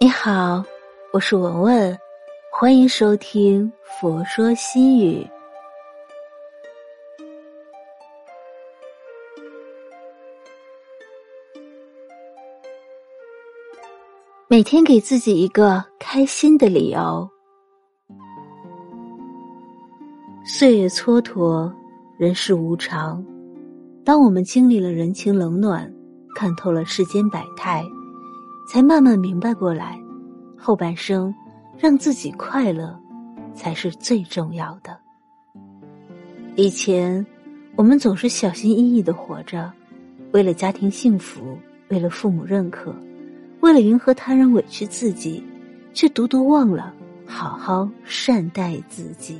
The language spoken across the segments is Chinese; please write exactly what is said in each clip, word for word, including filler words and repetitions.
你好，我是文文，欢迎收听佛说心语。每天给自己一个开心的理由。岁月蹉跎，人世无常。当我们经历了人情冷暖，看透了世间百态，才慢慢明白过来，后半生让自己快乐才是最重要的。以前我们总是小心翼翼地活着，为了家庭幸福，为了父母认可，为了迎合他人委屈自己，却独独忘了好好善待自己。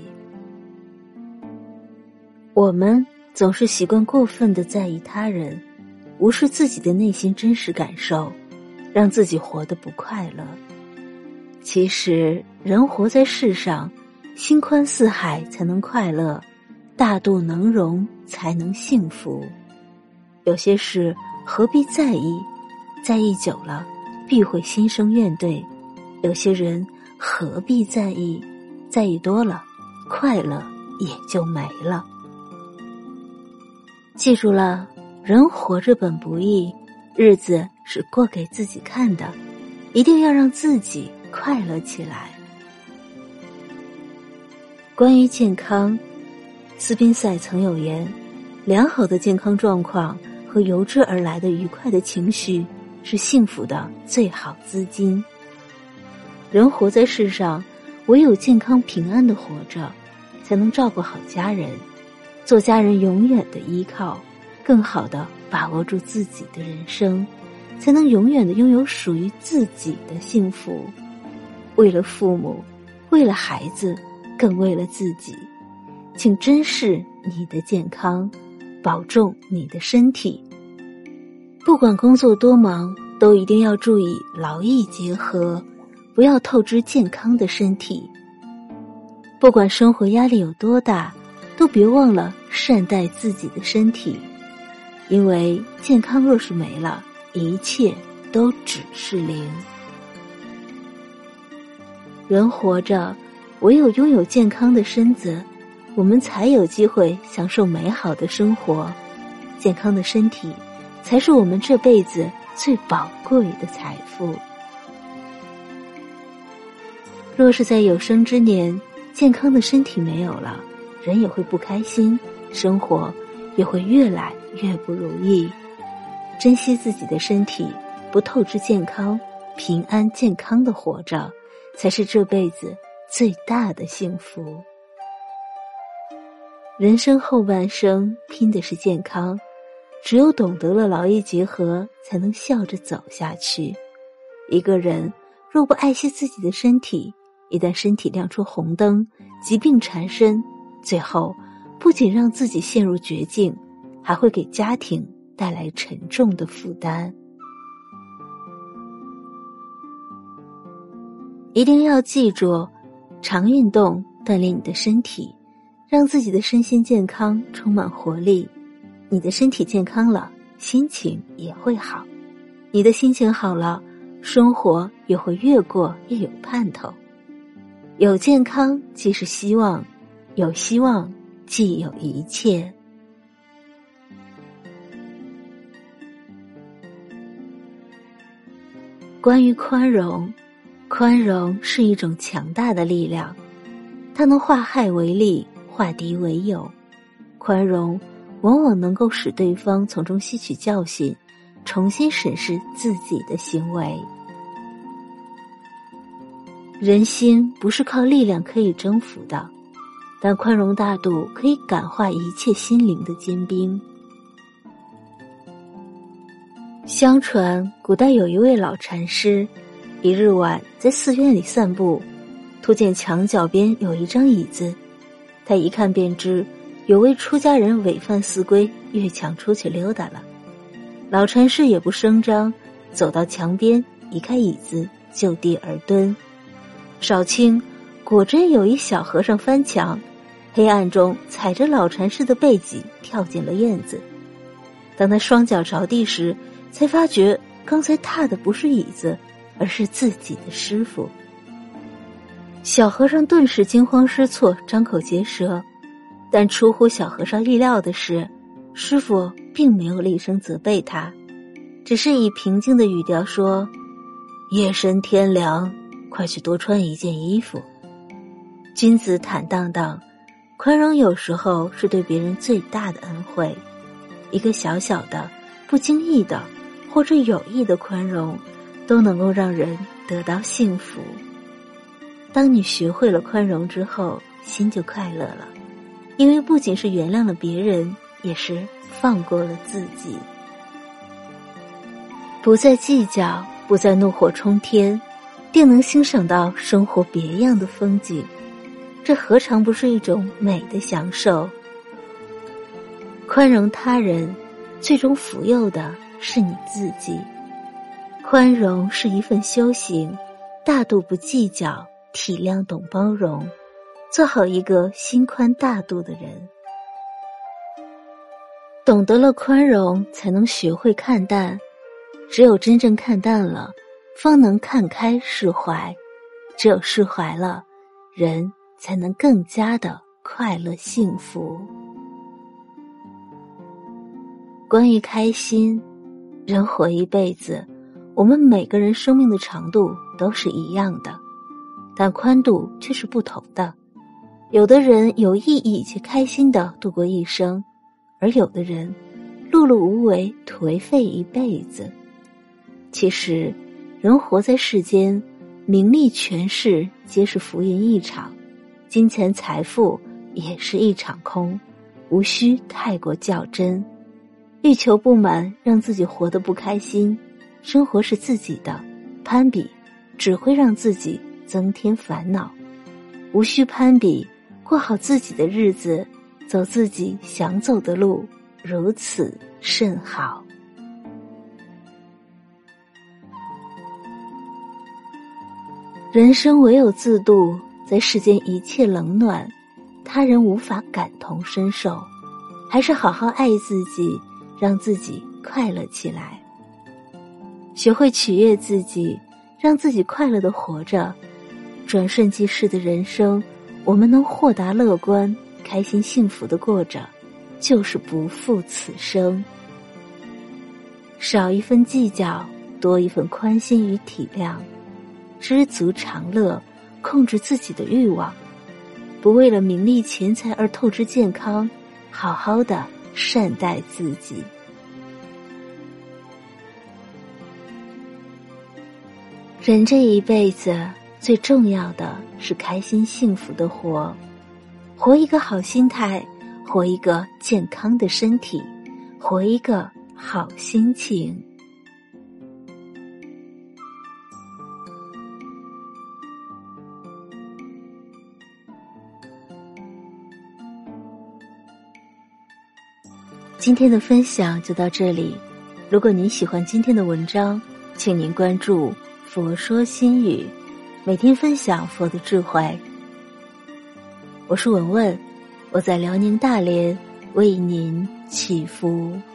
我们总是习惯过分地在意他人，无视自己的内心真实感受，让自己活得不快乐。其实人活在世上，心宽似海才能快乐，大度能容才能幸福。有些事何必在意，在意久了必会心生怨怼；有些人何必在意，在意多了快乐也就没了。记住了，人活着本不易，日子是过给自己看的，一定要让自己快乐起来。关于健康，斯宾塞曾有言，良好的健康状况和由之而来的愉快的情绪是幸福的最好资金。人活在世上，唯有健康平安的活着，才能照顾好家人，做家人永远的依靠，更好地把握住自己的人生，才能永远地拥有属于自己的幸福。为了父母，为了孩子，更为了自己，请珍视你的健康，保重你的身体。不管工作多忙，都一定要注意劳逸结合，不要透支健康的身体。不管生活压力有多大，都别忘了善待自己的身体，因为健康若是没了，一切都只是零。人活着，唯有拥有健康的身子，我们才有机会享受美好的生活。健康的身体才是我们这辈子最宝贵的财富。若是在有生之年，健康的身体没有了，人也会不开心，生活也会越来越不如意。珍惜自己的身体，不透支健康，平安健康的活着，才是这辈子最大的幸福。人生后半生拼的是健康，只有懂得了劳逸结合，才能笑着走下去。一个人若不爱惜自己的身体，一旦身体亮出红灯，疾病缠身，最后不仅让自己陷入绝境，还会给家庭带来沉重的负担。一定要记住，常运动锻炼你的身体，让自己的身心健康充满活力。你的身体健康了，心情也会好，你的心情好了，生活也会越过越有盼头。有健康即是希望，有希望即有一切。关于宽容，宽容是一种强大的力量，它能化害为利，化敌为友。宽容往往能够使对方从中吸取教训，重新审视自己的行为。人心不是靠力量可以征服的，但宽容大度可以感化一切心灵的坚冰。相传古代有一位老禅师，一日晚在寺院里散步，突见墙角边有一张椅子，他一看便知有位出家人违犯寺规，越墙出去溜达了。老禅师也不声张，走到墙边，移开椅子，就地而蹲。少顷，果真有一小和尚翻墙，黑暗中踩着老禅师的背脊跳进了院子。当他双脚着地时，才发觉刚才踏的不是椅子， 而是自己的师傅。小和尚顿时惊慌失措，张口结舌，但出乎小和尚意料的是，师傅并没有厉声责备他，只是以平静的语调说：夜深天凉，快去多穿一件衣服。君子坦荡荡，宽容有时候是对别人最大的恩惠。一个小小的、不经意的或者有意的宽容，都能够让人得到幸福。当你学会了宽容之后，心就快乐了，因为不仅是原谅了别人，也是放过了自己。不再计较，不再怒火冲天，定能欣赏到生活别样的风景，这何尝不是一种美的享受？宽容他人，最终福佑的是你自己。宽容是一份修行，大度不计较，体谅懂包容，做好一个心宽大度的人。懂得了宽容，才能学会看淡，只有真正看淡了，方能看开释怀，只有释怀了，人才能更加的快乐幸福。关于开心，人活一辈子，我们每个人生命的长度都是一样的，但宽度却是不同的。有的人有意义且开心地度过一生，而有的人碌碌无为，颓废一辈子。其实人活在世间，名利权势皆是浮云一场，金钱财富也是一场空，无需太过较真。欲求不满，让自己活得不开心，生活是自己的，攀比只会让自己增添烦恼。无需攀比，过好自己的日子，走自己想走的路，如此甚好。人生唯有自度，在世间一切冷暖，他人无法感同身受，还是好好爱自己，让自己快乐起来。学会取悦自己，让自己快乐地活着。转瞬即逝的人生，我们能豁达乐观，开心幸福地过着，就是不负此生。少一份计较，多一份宽心与体谅，知足常乐，控制自己的欲望，不为了名利钱财而透支健康，好好的善待自己。人这一辈子最重要的是开心幸福的活，活一个好心态，活一个健康的身体，活一个好心情。今天的分享就到这里，如果您喜欢今天的文章，请您关注佛说心语，每天分享佛的智慧。我是文文，我在辽宁大连为您祈福。